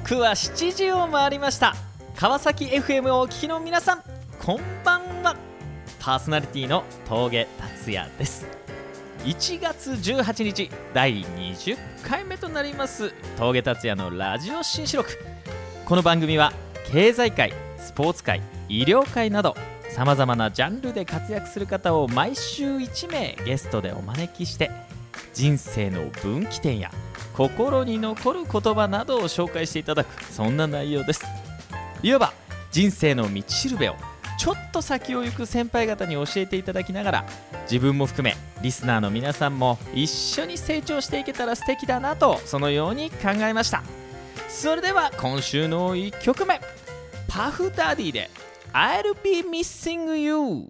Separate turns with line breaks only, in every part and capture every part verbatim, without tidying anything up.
刻はしちじを回りました。川崎 エフエム をお聞きの皆さん、こんばんは。パーソナリティの峠達也です。いちがつじゅうはちにちだいにじゅっかいめとなります峠達也のラジオ新四録。この番組は経済界、スポーツ界、医療界などさまざまなジャンルで活躍する方を毎週いちめいゲストでお招きして、人生の分岐点や心に残る言葉などを紹介していただく、そんな内容です。いわば人生の道しるべをちょっと先を行く先輩方に教えていただきながら、自分も含めリスナーの皆さんも一緒に成長していけたら素敵だなと、そのように考えました。それでは今週のいっきょくめ、パフダディで I'll be missing you。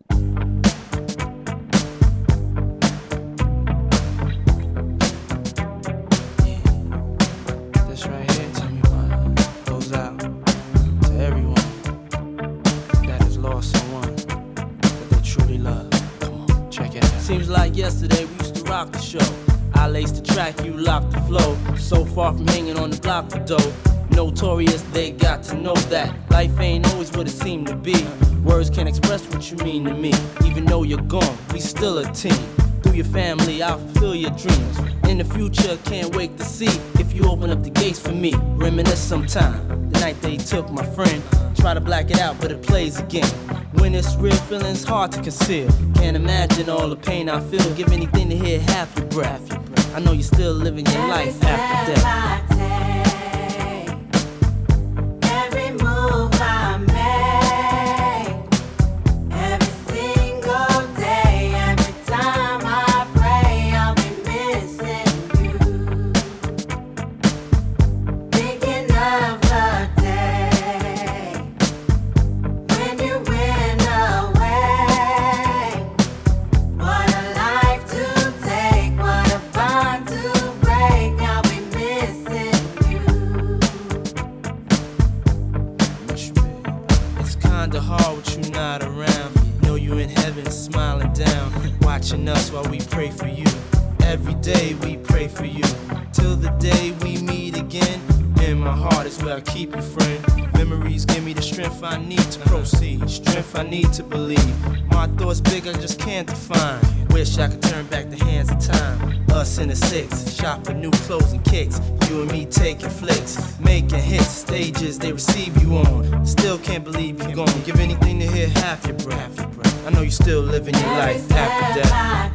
Seems like yesterday we used to rock the show. I laced the track, you locked the flow. So far from hanging on the block for dough. Notorious, they got to know that life ain't always what it seemed to be. Words can't express what you mean to me. Even though you're gone, we still a team. Through your family, I'll fulfill your dreams. In the future, can't wait to see if you open up the gates for me. Reminisce sometime, the night they took my friend. Try to black it out, but it plays again. When it's real, feeling's hard to conceal. Can't imagine all the pain I feel. Give anything to hear half your breath. I know you're still living your life after death. Watching us while we pray for you. Every day we pray for you. Till the day we meet again. In my heart is where I keep you, friend. Memories give me the strength I need to proceed. Strength I need to believe. My thoughts big, I just can't define. Wish I could turn back the hands of time. Us in the six, shop for new clothes and kicks. You and me taking flicks, making hits. Stages they receive you on. Still can't believe you're gone. Give anything to hear half your breath. I know you're still living your life after death.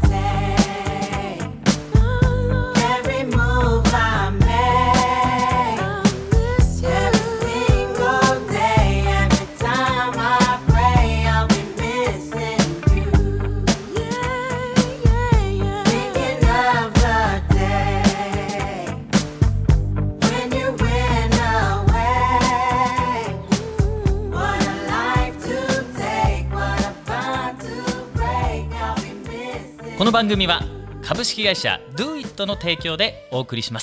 Every move I make, every single day, every time I pray, I'll be missing you. Thinking of the day when you went away. What a life to take, what a bond to break, I'll be missing. この番組は株式会社 Do It の提供でお送りします。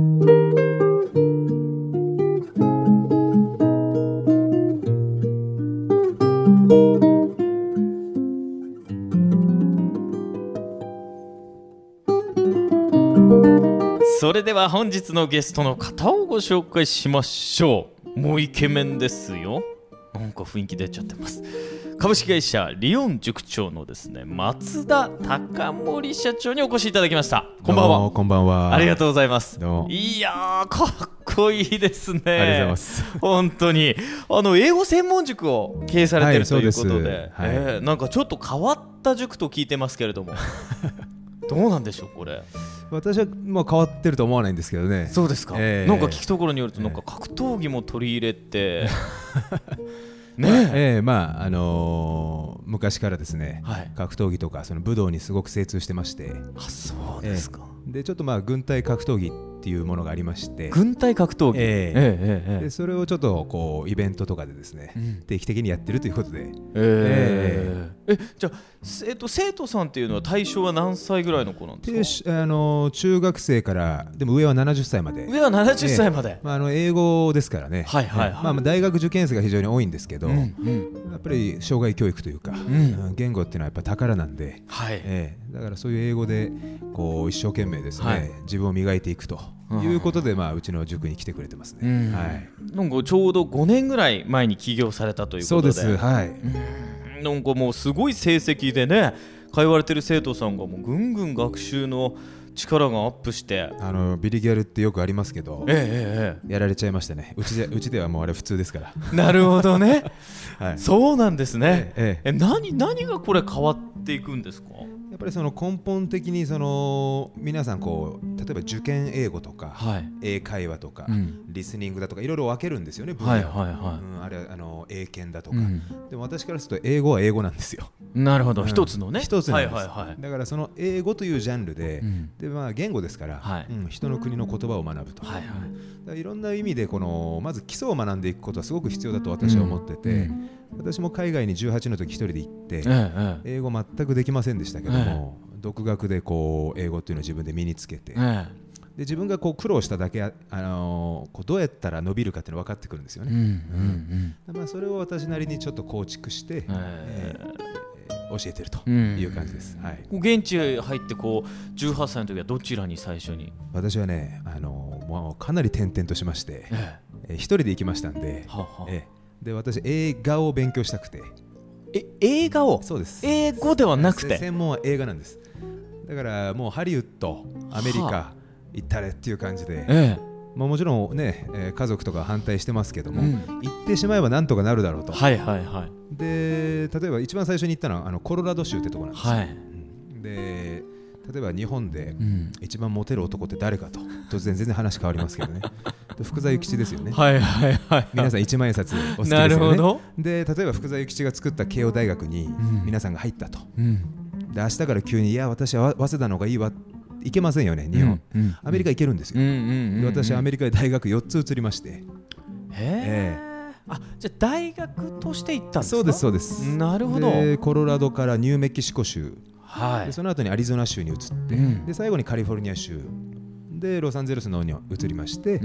それでは本日のゲストの方をご紹介しましょう。もうイケメンですよ。なんか雰囲気出ちゃってます。株式会社リオン塾長のですね、松田貴盛社長にお越しいただきました。こんばんは。
こんばんは。
ありがとうございます。
どうも。
いやーかっこいいですね。
ありがとうございます。
本当にあの英語専門塾を経営されている、はい、ということで、
はい
えー、なんかちょっと変わった塾と聞いてますけれどもどうなんでしょうこれ。
私はまあ変わってると思わないんですけどね。
そうですか、
えー、
なんか聞くところによるとなんか格闘技も取り入れて、えー
ねえー、まああのー、昔からですね、はい、格闘技とかその武道にすごく精通してまして。
あ、そうですか、
えー、でちょっとまあ軍隊格闘技っていうものがありまして。
軍隊格闘技、
えー
えーえー、
でそれをちょっとこうイベントとかでですね、うん、定期的にやってるということで、
えーえー、えじゃあ、えー、と生徒さんっていうのは対象は何歳ぐらいの子なんですか。
であの中学生からでも上はななじゅっさいまで。
上はななじゅっさいまで、
えーまあ、あの英語ですからね、
はいはいはい、
まあ、大学受験生が非常に多いんですけど、うんうん、やっぱり障害教育というか、うん、言語っていうのはやっぱ宝なんで、
はい、
えー、だからそういう英語でこう一生懸命ですね、はい、自分を磨いていくということで、まあ、うちの塾に来てくれてますね、うんはい、
なんかちょうどごねんぐらい前に起業されたということで。
そうです、はい、
うんなんかもうすごい成績でね通われてる生徒さんがもうぐんぐん学習の力がアップして、
あのビリギャルってよくありますけど、ええええ、やられちゃいましたね。うちで、うちではもうあれ普通ですから
なるほどね、
はい、
そうなんですね、
ええええ、
え何、何がこれ変わっていくんですか？
やっぱりその根本的にその皆さんこう例えば受験英語とか、はい、英会話とか、うん、リスニングだとかいろいろ分けるんですよね、分野を、はいはいはいうん、あれはあの英検だとか、うん、でも私からすると英語は英語なんですよ。
なるほど、うん、一つのね
一つなんです、
はいはいはい、
だからその英語というジャンルで、うん、でまあ、言語ですから、はいうん、人の国の言葉を学ぶと、はいはい、だからいろんな意味でこのまず基礎を学んでいくことはすごく必要だと私は思ってて、うんうん、私も海外にじゅうはちの時一人で行って、ええ、英語全くできませんでしたけども、ええ独学でこう英語っていうのを自分で身につけて、ええ、で自分がこう苦労しただけ、あのー、こうどうやったら伸びるかっていうのが分かってくるんですよね、うんうんうんまあ、それを私なりにちょっと構築して、えええー、教えてるという感じです、うんはい、
現地へ入ってこうじゅうはっさいの時はどちらに最初に？
私はね、あのー、もうかなり転々としまして、えええー、一人で行きましたんで、ははえー、で私映画を勉強したくて。
え映画を？
そうです。
英語ではなくて
専門は映画なんです。だからもうハリウッド、アメリカ行ったれっていう感じで、ええまあ、もちろんね、えー、家族とか反対してますけども、うん、行ってしまえばなんとかなるだろうと、
はいはいはい、
で例えば一番最初に行ったのはあのコロラド州ってところなんですよ、はい、で例えば日本で一番モテる男って誰かと、突然全然話変わりますけどね福沢諭吉ですよね。
はいはいはい、
皆さん一万円札お好きですよね。
なるほど。
で例えば福沢諭吉が作った慶応大学に皆さんが入ったと、うん、で明日から急にいや私は早稲田の方がいいわ、いけませんよね日本、うんうん、アメリカ行けるんですよ、うんうんうんうん、で私はアメリカで大学よっつ移りまして、へ
えー、あじゃあ大学として行ったんですか？
そうですそうです。
なるほど。
でコロラドからニューメキシコ州、はい、でその後にアリゾナ州に移って、うん、で最後にカリフォルニア州でロサンゼルスの方に移りまして、うん、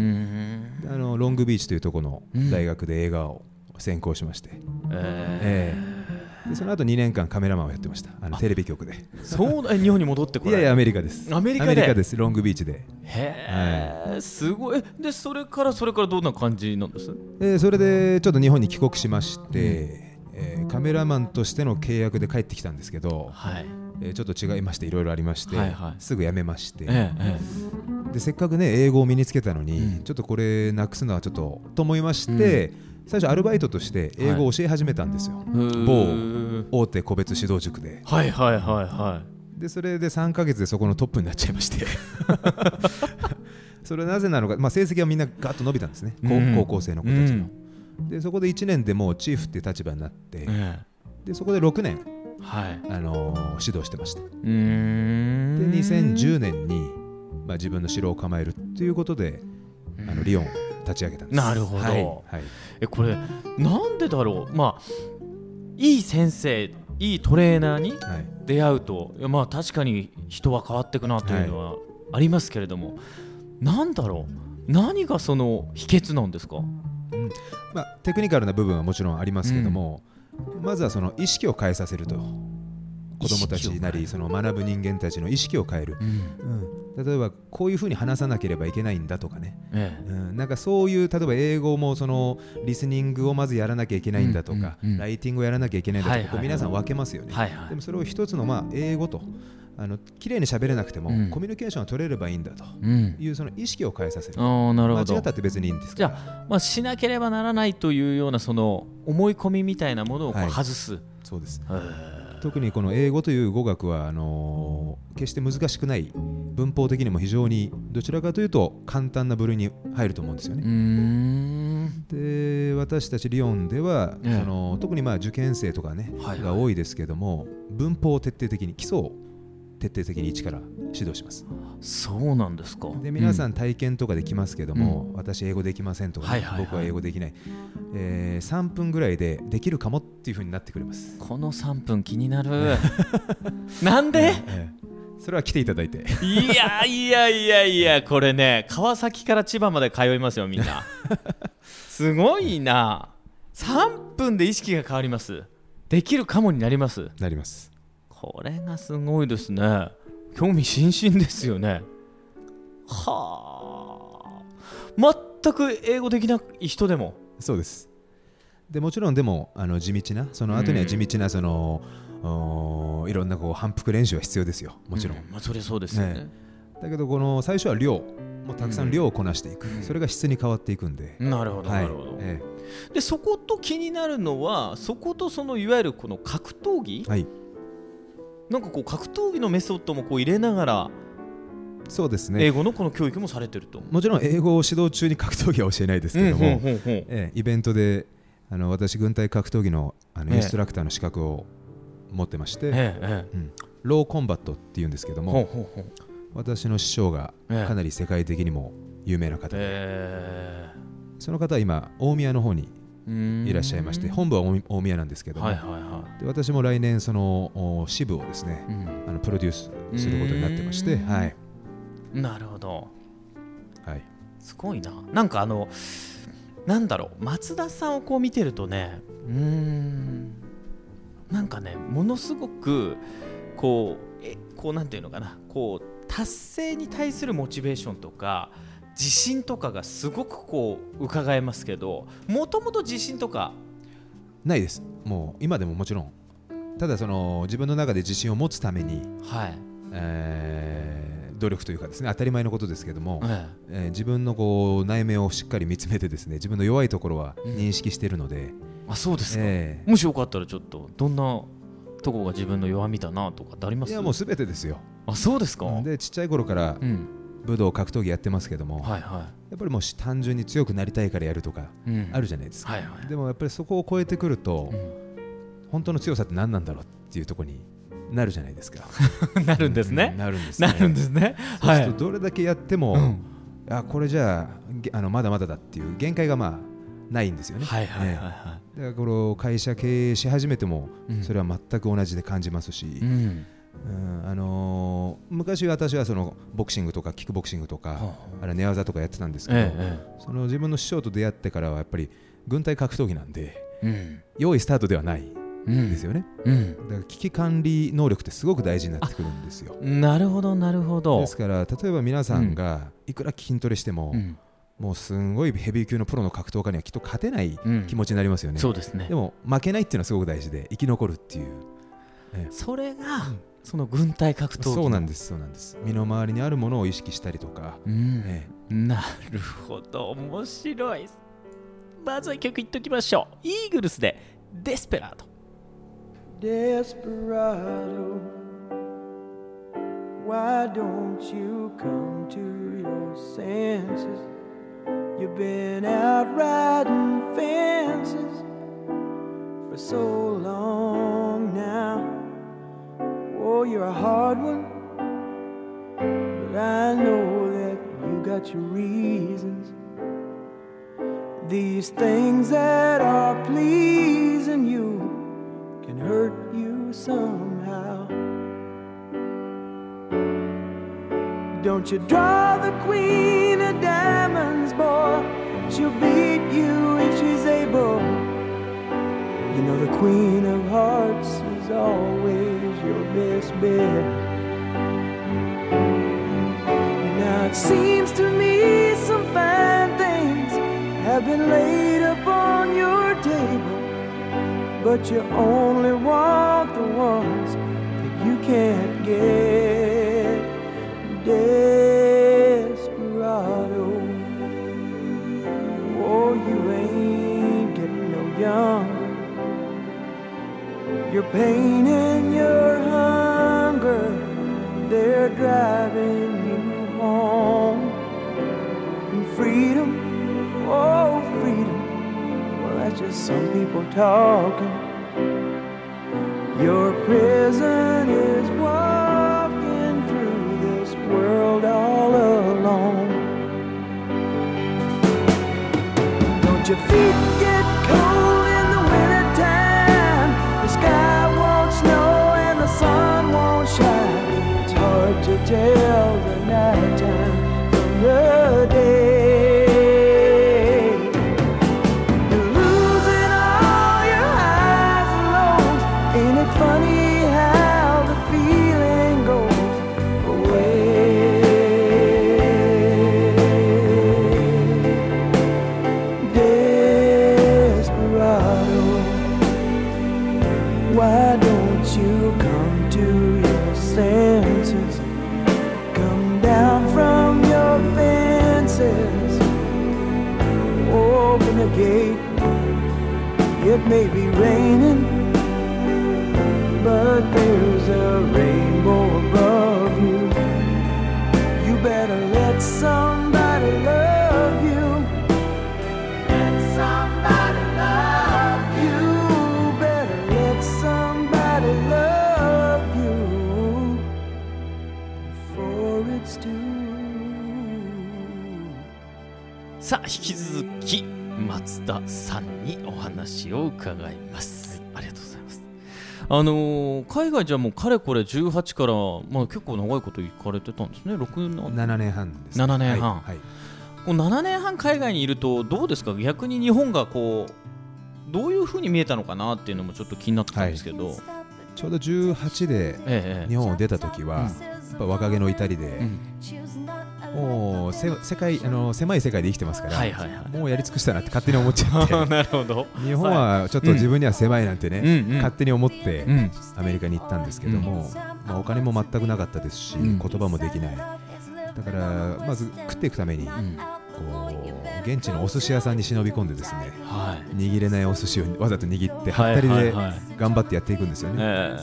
あのロングビーチというところの大学で映画を専攻しまして、うんえー、でその後にねんかんカメラマンをやってました、あのテレビ局で。
そうえ日本に戻ってこられ
いやいやアメリカです。
アメリカでアメリカ
です。ロングビーチで。
へえ、はい、すごい。でそれからそれからどんな感じなんです？
えー、それでちょっと日本に帰国しまして、うんえー、カメラマンとしての契約で帰ってきたんですけど、はいえー、ちょっと違いましていろいろありまして、はいはい、すぐ辞めまして、ええでせっかくね英語を身につけたのに、うん、ちょっとこれなくすのはちょっとと思いまして、うん、最初アルバイトとして英語を教え始めたんですよ、はい、某大手個別指導塾で。
はいはいはいはい。
でそれでさんかげつでそこのトップになっちゃいましてそれはなぜなのか、まあ、成績はみんなガッと伸びたんですね、うん、高校生の子たちの、うん、でそこでいちねんでもうチーフっていう立場になって、うん、でそこでろくねん、はいあのー、指導してました。うーんでにせんじゅうねんにまあ、自分の城を構えるということで、うん、あのリオンを立ち上げたんです。
なるほど、はいはい、えこれなんでだろう、まあ、いい先生いいトレーナーに出会うと、はいまあ、確かに人は変わっていくなというのはありますけれども、はい、なんだろう何がその秘訣なんですか？うん
まあ、テクニカルな部分はもちろんありますけども、うん、まずはその意識を変えさせると、子どもたちなりその学ぶ人間たちの意識を変える、うんうん、例えばこういうふうに話さなければいけないんだとかね、ええうん、なんかそういう例えば英語もそのリスニングをまずやらなきゃいけないんだとか、うんうんうん、ライティングをやらなきゃいけないんだとか、はいはい、こう皆さん分けますよね、はいはい、でもそれを一つのまあ英語とあの綺麗に喋れなくても、うん、コミュニケーションを取れればいいんだという、うん、その意識を変えさせる、あなるほど間違ったって別にいいんですから、
じゃあ、まあ、しなければならないというようなその思い込みみたいなものをこう外す、はい、
そうです。特にこの英語という語学はあのー、決して難しくない、文法的にも非常にどちらかというと簡単な部類に入ると思うんですよね。うーんで私たちリオンでは、ええ、その特にまあ受験生とかね、はいはい、が多いですけども、文法を徹底的に基礎を徹底的に一から指導します。
そうなんですか。
で皆さん体験とかできますけども、うん、私英語できませんとか、ねはいはいはい、僕は英語できない、えー、さんぷんぐらいでできるかもっていう風になってくれます。
このさんぷん気になるなんで、え
ー、それは来ていただいて
いやいやいやいや、これね川崎から千葉まで通いますよみんなすごいな。さんぷんで意識が変わります。できるかもになります。
なります。
これがすごいですね。興味津々ですよね。は全く英語できない人でも。
そうです。でもちろんでもあの地道なその後には地道なその、うん、いろんなこう反復練習は必要ですよ、もちろん、
うんまあ、それそうですよね、ね。
だけどこの最初は量もうたくさん量をこなしていく、うん、それが質に変わっていくんで、
うん、なるほど、はい、なるほど、ええ、でそこと気になるのはそことそのいわゆるこの格闘技、はい、なんかこう格闘技のメソッドもこう入れながら
そうですね、
英語のこの教育もされてると。
もちろん英語を指導中に格闘技は教えないですけども、うんうんうんうんええ、イベントであの私軍隊格闘技 の, あのインストラクターの資格を持ってまして、ええうん、ローコンバットっていうんですけども、ほうほうほう私の師匠がかなり世界的にも有名な方で、ええ、その方は今大宮の方にいらっしゃいまして、本部は大宮なんですけども、はいはいはい、で私も来年その支部をですね、うん、あのプロデュースすることになってまして、はい、
なるほど、はい、すごいな。なんかあのなんだろう、松田さんをこう見てるとね、うーんなんかねものすごくこうえこうなんていうのかな、こう達成に対するモチベーションとか自信とかがすごくこう伺えますけど、もともと自信とか
ないです。もう今でももちろん、ただその自分の中で自信を持つために、はいえー努力というかですね、当たり前のことですけども、えええー、自分のこう内面をしっかり見つめてですね、自分の弱いところは認識しているので、
うん、あそうですか、えー、もしよかったらちょっとどんなところが自分の弱みだなとかってあります？
いやもうすべてですよ。
あそうですか。
でちっちゃい頃から武道格闘技やってますけども、はいはい、やっぱりもう単純に強くなりたいからやるとかあるじゃないですか、うんはいはい、でもやっぱりそこを超えてくると、うん、本当の強さって何なんだろうっていうところになるじゃないですか
なるんですね、
うん、なるんですね。
なるんですね。
そうするとどれだけやっても、はい、あこれじゃ あ, あのまだまだだっていう限界がまあないんですよね。はいはいはいはい、だからこの会社経営し始めてもそれは全く同じで感じますし、うんうんあのー、昔私はそのボクシングとかキックボクシングとか、うん、あれ寝技とかやってたんですけど、ええ、その自分の師匠と出会ってからはやっぱり軍隊格闘技なんで、うん、用意スタートではないですよね、うんうん、だから危機管理能力ってすごく大事になってくるんですよ。
なるほどなるほど。
ですから例えば皆さんがいくら筋トレしても、うん、もうすごいヘビー級のプロの格闘家にはきっと勝てない気持ちになりますよね、うん、そうですね。でも負けないっていうのはすごく大事で生き残るっていう、
ええ、それが、うん、その軍隊格闘技。
そうなんですそうなんです。身の回りにあるものを意識したりとか、うん
ええ、なるほど面白い。まずは曲いっときましょう。イーグルスでデスペラード。
Desperado, why don't you come to your senses? You've been out riding fences for so long now. Oh, you're a hard one, but I know that you got your reasons. These things that are pleasing you can hurt you somehow. Don't you draw the queen of diamonds, boy. She'll beat you if she's able. You know the queen of hearts is always your best bet. Now it seems to me some fine things have been laid upon your table, but you only want the ones that you can't get. Desperado, oh, you ain't getting no younger. Your pain and your hunger, they're driving you home. And freedom, oh, freedom, well, that's just some people talking. Your prison is walking through this world all alone. Don't your feet get cold in the wintertime? The sky won't snow and the sun won't shine. It's hard to tell the nighttime from the day. Funny how the feeling goes away. gate. It may be raining, but there's a rainbow above you. You better let somebody love you. Let somebody love you. Better let somebody love you before it's due.
さあ引き続き松田さんにお話を伺います、はい、ありがとうございます。あのー、海外じゃもうかれこれじゅうはちから、まあ、結構長いこと行かれてたんですね。ろく
ななねんはんです、
ななねんはん、
はいはい、
こうななねんはん海外にいるとどうですか。逆に日本がこうどういう風に見えたのかなっていうのもちょっと気になってたんですけど、はい、
ちょうどじゅうはちで日本を出た時は、ええ、やっぱ若気の至りで、うん、もうせ世界あの狭い世界で生きてますから、はいはいはい、もうやり尽くしたなって勝手に思っちゃって
なるほど。
日本はちょっと自分には狭いなんてね、うん、勝手に思ってアメリカに行ったんですけども、うんまあ、お金も全くなかったですし、うん、言葉もできない。だからまず食っていくために、うん、こう現地のお寿司屋さんに忍び込んでですね、はい、握れないお寿司をわざと握ってはったりで頑張ってやっていくんですよね、はいはいはい、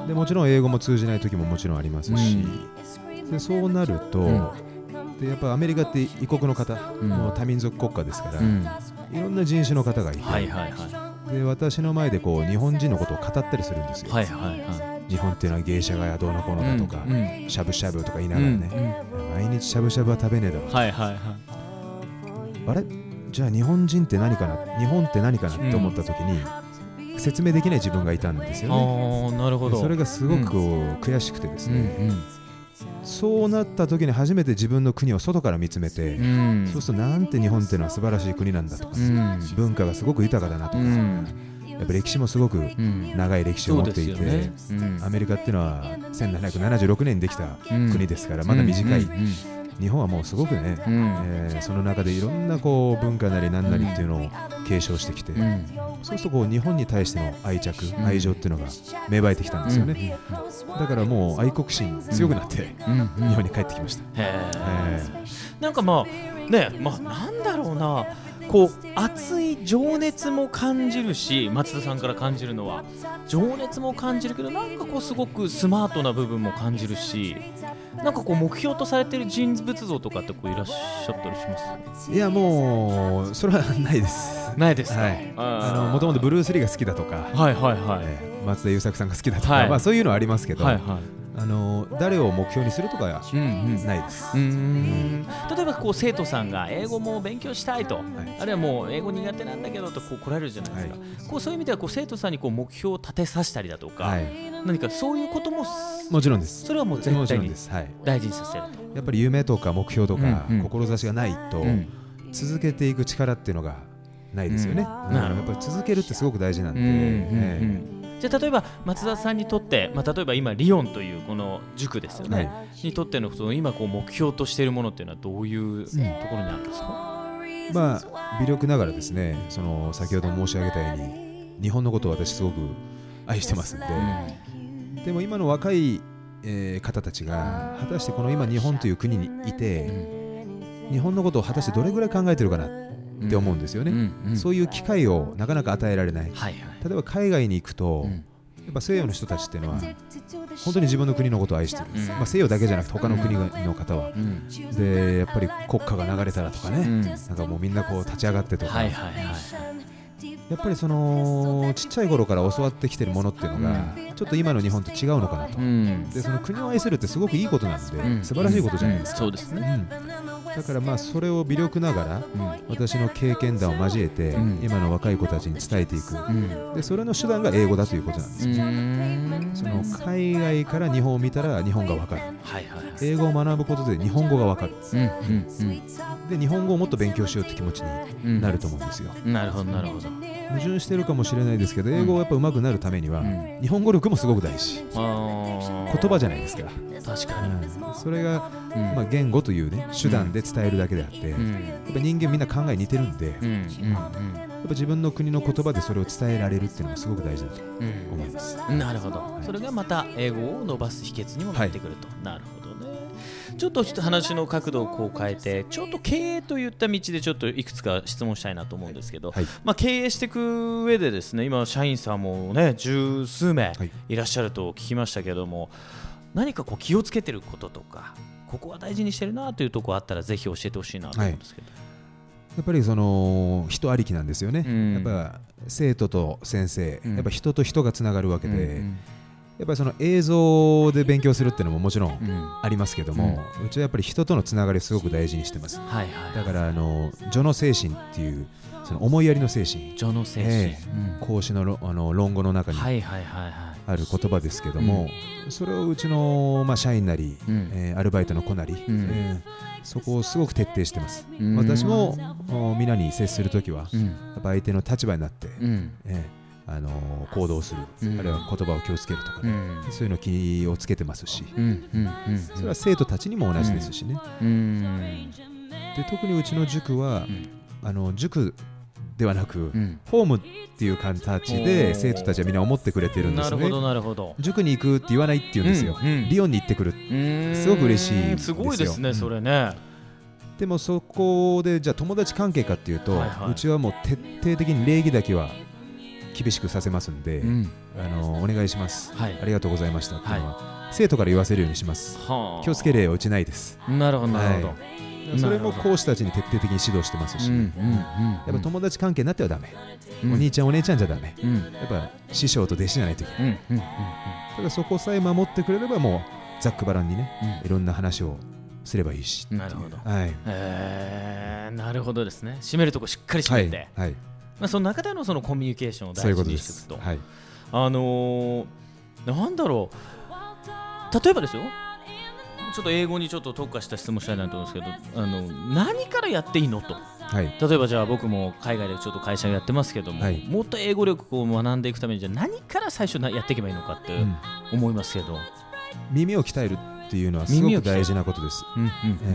でもちろん英語も通じない時ももちろんありますし、うん、でそうなると、うん、でやっぱアメリカって異国の方、うん、もう多民族国家ですから、うん、いろんな人種の方がいて、はいはいはい、で私の前でこう日本人のことを語ったりするんですよ、はいはいはい、日本っていうのは芸者がどうのこうのだとか、うんうん、しゃぶしゃぶとか言いながらね、うんうん、毎日しゃぶしゃぶは食べねえだろう、はいはいはい、あれじゃあ日本人って何かな、日本って何かなって思った時に、うん、説明できない自分がいたんですよね。
あ、なるほど。
それがすごく、うん、悔しくてですね、うんうん、そうなった時に初めて自分の国を外から見つめて、うん、そうするとなんて日本っていうのは素晴らしい国なんだとか、うん、文化がすごく豊かだなとか、うん、やっぱ歴史もすごく長い歴史を持っていて、うんねうん、アメリカっていうのはせんななひゃくななじゅうろくねんにできた国ですから、まだ短い、うんうんうん、日本はもうすごくね、うんえー、その中でいろんなこう文化なり何なりっていうのを継承してきて、うん、そうするとこう日本に対しての愛着、うん、愛情っていうのが芽生えてきたんですよね、うん、だからもう愛国心強くなって、うん、日本に帰ってきました。へ
ー、なんかまあね、まあなんだろうな、こう熱い情熱も感じるし、松田さんから感じるのは情熱も感じるけど、なんかこうすごくスマートな部分も感じるし、なんかこう目標とされている人物像とかってこういらっしゃったりします？
いやもうそれはないです。
ないですか。
もともとブルース・リーが好きだとか、はいはいはいえー、松田優作さんが好きだとか、はいまあ、そういうのはありますけど、はいはい、あの誰を目標にするとかはないです、うんうんうん、
例えばこう生徒さんが英語も勉強したいと、はい、あるいはもう英語苦手なんだけどとこう来られるじゃないですか、はい、こうそういう意味ではこう生徒さんにこう目標を立てさせたりだとか、はい、何かそういうことも
もちろんです。
それはもう絶対に大事にさせると、はい、
やっぱり夢とか目標とか、うんうん、志がないと、うん、続けていく力っていうのがないですよね、うん、やっぱり続けるってすごく大事なんで、うんうんえ
ー、じゃあ例えば松田さんにとって、まあ、例えば今リオンというこの塾ですよね、はい、にとってのその今こう目標としているものっていうのはどういうところにあるんですか？
うん、まあ微力ながらですね、その先ほど申し上げたように日本のことを私すごく愛してますんで、うん、でも今の若い、えー、方たちが果たしてこの今日本という国にいて、うん、日本のことを果たしてどれぐらい考えてるかなって思うんですよね、うんうんうん、そういう機会をなかなか与えられない、はいはい、例えば海外に行くと、うん、やっぱ西洋の人たちっていうのは本当に自分の国のことを愛してる、うんまあ、西洋だけじゃなくて他の国の方は、うん、でやっぱり国歌が流れたらとかね、うん、なんかもうみんなこう立ち上がってとか、はいはいはい、やっぱりそのちっちゃい頃から教わってきてるものっていうのが、うん、ちょっと今の日本と違うのかなと、うん、でその国を愛するってすごくいいことなんで、うん、素晴らしいことじゃないですか、うんうん、そうですね、うんだからまあそれを微力ながら、うん、私の経験談を交えて、うん、今の若い子たちに伝えていく、うん、でそれの手段が英語だということなんですよ、うんその海外から日本を見たら日本が分かる、はいはいはい、英語を学ぶことで日本語が分かる、うんうんうん、で日本語をもっと勉強しようって気持ちになると思うんですよ、うん、なるほどなるほど。矛盾してるかもしれないですけど、英語がやっぱ上手くなるためには、うん、日本語力もすごく大事、あ言葉じゃないですか。確かに、うん、それが、うんまあ、言語という、ね、手段で伝えるだけであって、うん、やっぱ人間みんな考え似てるんで、うんうんうん、やっぱ自分の国の言葉でそれを伝えられるっていうのがすごく大事だと思います、
うん、なるほど、はい、それがまた英語を伸ばす秘訣にもなってくると、はい、なるほどね。 ちょっと話の角度をこう変えてちょっと経営といった道でちょっといくつか質問したいなと思うんですけど、はい、まあ、経営していく上でですね、今社員さんもね十数名いらっしゃると聞きましたけども、はい、何かこう気をつけてることとかここは大事にしてるなというところあったらぜひ教えてほしいなと思うんですけど、はい、
やっぱりその人ありきなんですよね、うん、やっぱ生徒と先生、うん、やっぱ人と人がつながるわけで、うんうん、やっぱりその映像で勉強するっていうのももちろんありますけども、うん、うちはやっぱり人とのつながりをすごく大事にしてます、はいはいはい、だからあの序の精神っていうその思いやりの精神、
序の精神、え
ーうん、孔子の、あの論語の中にある言葉ですけども、うん、それをうちの、まあ、社員なり、うん、えー、アルバイトの子なり、うん、えー、そこをすごく徹底してます、うん、私も皆に接するときは、うん、やっぱ相手の立場になって、うん、えーあのー、行動する、うん、あるいは言葉を気をつけるとかね、うん、そういうの気をつけてますし、うんうんうん、それは生徒たちにも同じですしね、うん、で特にうちの塾は、うん、あの塾ではなく、うん、ホームっていう形で生徒たちはみんな思ってくれてるんですね。
なるほどなるほど。
塾に行くって言わないって言うんですよ、うんうん、リオンに行ってくる、すごく嬉しいんですよ。
すごいですねそれね、
うん、でもそこでじゃあ友達関係かっていうと、はいはい、うちはもう徹底的に礼儀だけは厳しくさせますんで、うん、あのお願いします、はい、ありがとうございましたっていうのは、はい、生徒から言わせるようにします、はあ、気をつけ礼はうちないです。
なるほどなるほど、はい、
それも講師たちに徹底的に指導してますし、うんうんうん、やっぱ友達関係になってはダメ、うん、お兄ちゃんお姉ちゃんじゃダメ、うん、やっぱ師匠と弟子じゃないといけない、うんうんうんうん、ただそこさえ守ってくれればもうざっくばらんにね、うん、いろんな話をすればいいし。
なるほど、はい、えー、なるほどですね。締めるとこしっかり締めて、はいはい、まあ、その中でのそのコミュニケーションを大事にしていくと、はい、あのー、なんだろう、例えばですよ、ちょっと英語にちょっと特化した質問したいなと思うんですけど、あの何からやっていいのと、はい、例えばじゃあ僕も海外でちょっと会社をやってますけども、はい、もっと英語力を学んでいくためにじゃあ何から最初やっていけばいいのかって思いますけど、うん、
耳を鍛えるっていうのはすごく大事なことです、うんうんうん、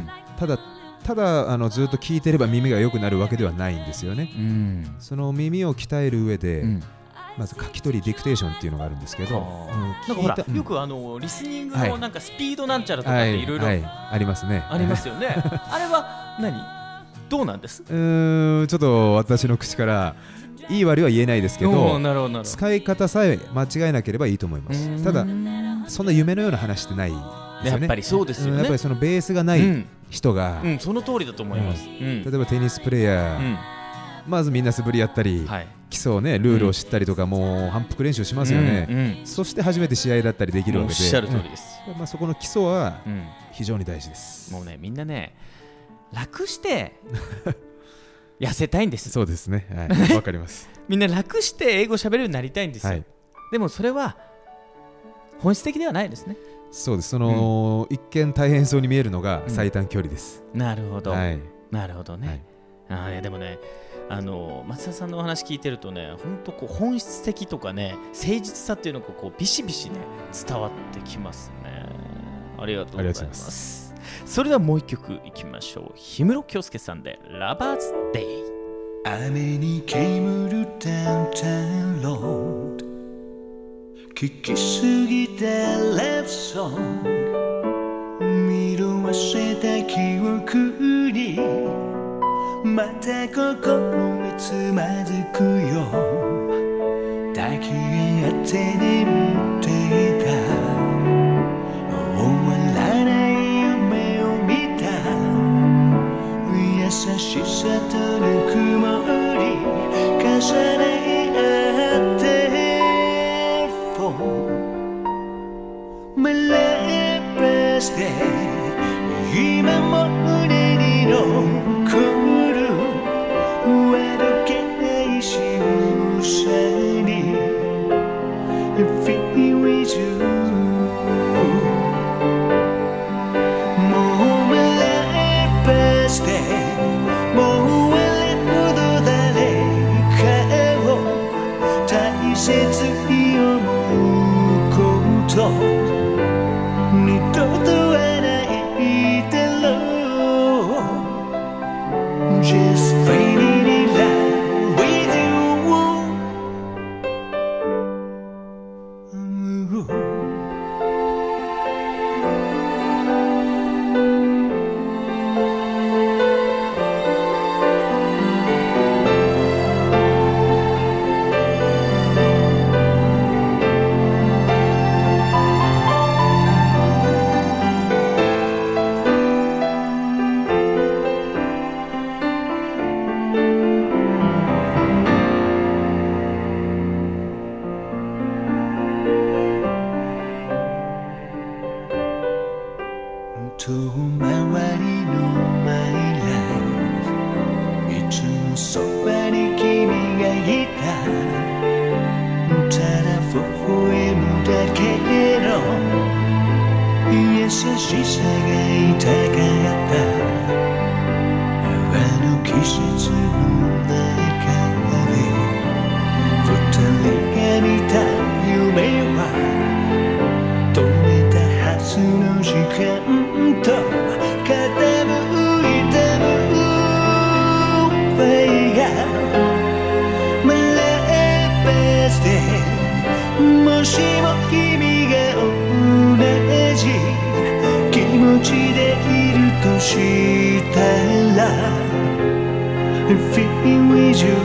ただただあのずっと聞いてれば耳が良くなるわけではないんですよね、うん、その耳を鍛える上で、うん、まず書き取りディクテーションっていうのがあるんですけど、うん、
なんかほら、うん、よくあのリスニングのなんかスピードなんちゃらとかっていろいろ
ありますね。
ありますよね。あれは何どうなんです？
うーん、ちょっと私の口からいい悪いは言えないですけど、なるほどなるほど、使い方さえ間違えなければいいと思います。ただそんな夢のような話ってないですよね。や
っぱりそうですよね。
やっぱりそのベースがない人が、
うんうん、その通りだと思います、うん、
例えばテニスプレーヤー、うん、まずみんな素振りやったり、はい、基礎をねルールを知ったりとか、うん、もう反復練習しますよね、うんうん、そして初めて試合だったりできるわけで、
おっしゃる通りです、
うん、まあ、そこの基礎は非常に大事です、
うん、もうねみんなね楽して痩せたいんです。
そうですね、はい、わかります
みんな楽して英語喋れるようになりたいんですよ、はい、でもそれは本質的ではないですね。
そうです、その、うん、一見大変そうに見えるのが最短距離です、
うん、なるほど、はい、なるほどね、はい、あ、ね、でもね、あの松田さんのお話聞いてるとね、本当こう本質的とかね誠実さっていうのがこうビシビシね伝わってきますね。ありがとうございます。それではもう一曲いきましょう。氷室京介さんでラバーズデイ。
雨に煙るダウンタウンロード、聞きすぎたラブソング、見逃した記憶にまた心がつまずくよ、抱き合って眠っていた終わらない夢を見た、優しさとぬくもり重ね合ってMy last day 今も胸に残るあどけない仕草に Feel with you もう My last day もうあれほど誰かを大切に思うこと二度とはないだろう Just fading in love with you、うんしたら Feel with you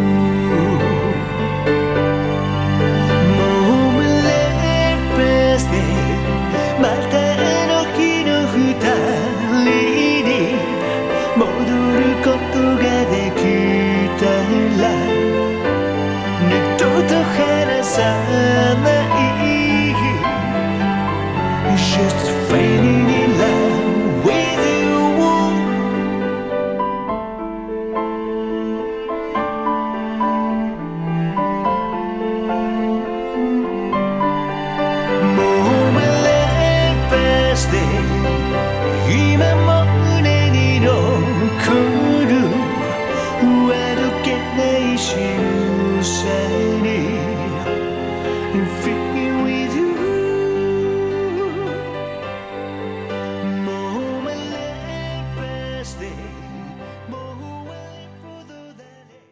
もう無礼ベースでまたあの日の二人に戻ることができたら二度と離さない Just fading in love with you もう無礼ベースで今も胸に残るあどけない仕草に Feel with you もう無礼ベースでもう wait for the day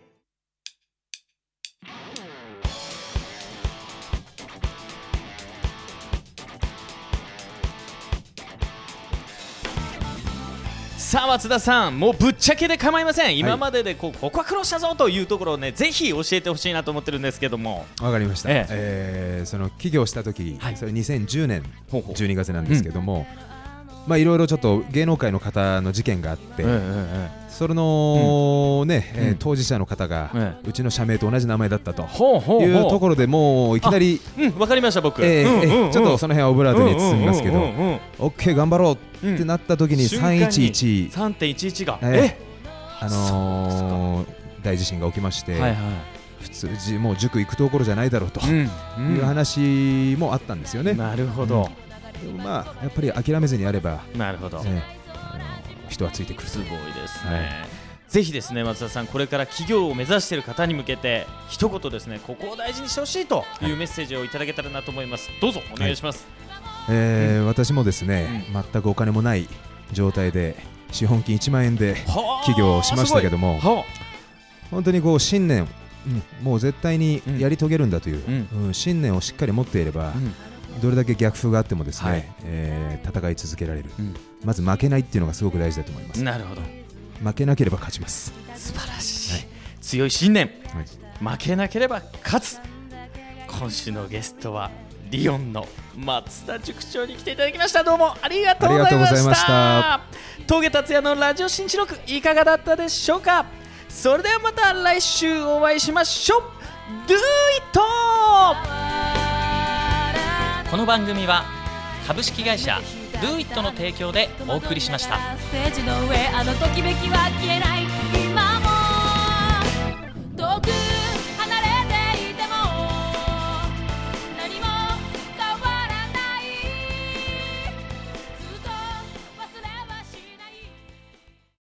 さあ松田さん、もうぶっちゃけで構いません。今まででこうここは苦労したぞというところをね、ぜひ教えてほしいなと思ってるんですけども。
わかりました、
ええ
えーその起業した時、
はい
それにせんじゅうねん
ほうほう
じゅうにがつなんですけども、まあいろいろちょっと芸能界の方の事件があって、
ええ
それの、ねえー
うん
当事者の方が、
え
うちの社名と同じ名前だったと
ほうほうほう
いうところでもういきなり、
うん、わかりました僕。
えー
うんうんうん
えーちょっとその辺はオブラートに包みますけど、
うんうんうんうん
OK 頑張ろうってなった時にさんいちいち、
さんてんいちいちが、
え
え
あのー大地震が起きまして、
はいはい、
普通じもう塾行くところじゃないだろうと
うん
いう話もあったんですよね。
なるほど、
でもまあやっぱり諦めずにやれば、
なるほど、
ねあの人はついてくる
すごいですね、
はい
ぜひですね松田さん、これから企業を目指している方に向けて一言ですね、ここを大事にしてほしいというメッセージをいただけたらなと思います。どうぞお願いします。
えー私もですね、全くお金もない状態で資本金いちまんえんで
はあ
起業しましたけども、
すごいは
本当にこう信念、うんもう絶対にやり遂げるんだという、
うん
うん信念をしっかり持っていれば、
あうん
どれだけ逆風があってもですね、
はい
えー戦い続けられる、
うん
まず負けないっていうのがすごく大事だと思います。
なるほど、
負けなければ勝ちます。
素晴らしい、
はい
強い信念、
はい
負けなければ勝つ。今週のゲストはリオンの松田塾長に来ていただきました。どうもありがとうございました。
ありがとうございました
峠達也のラジオ新知録いかがだったでしょうか。それではまた来週お会いしましょう。 Do it! この番組は株式会社 Do it の提供でお送りしました。
ステージの上あのときめきは消えない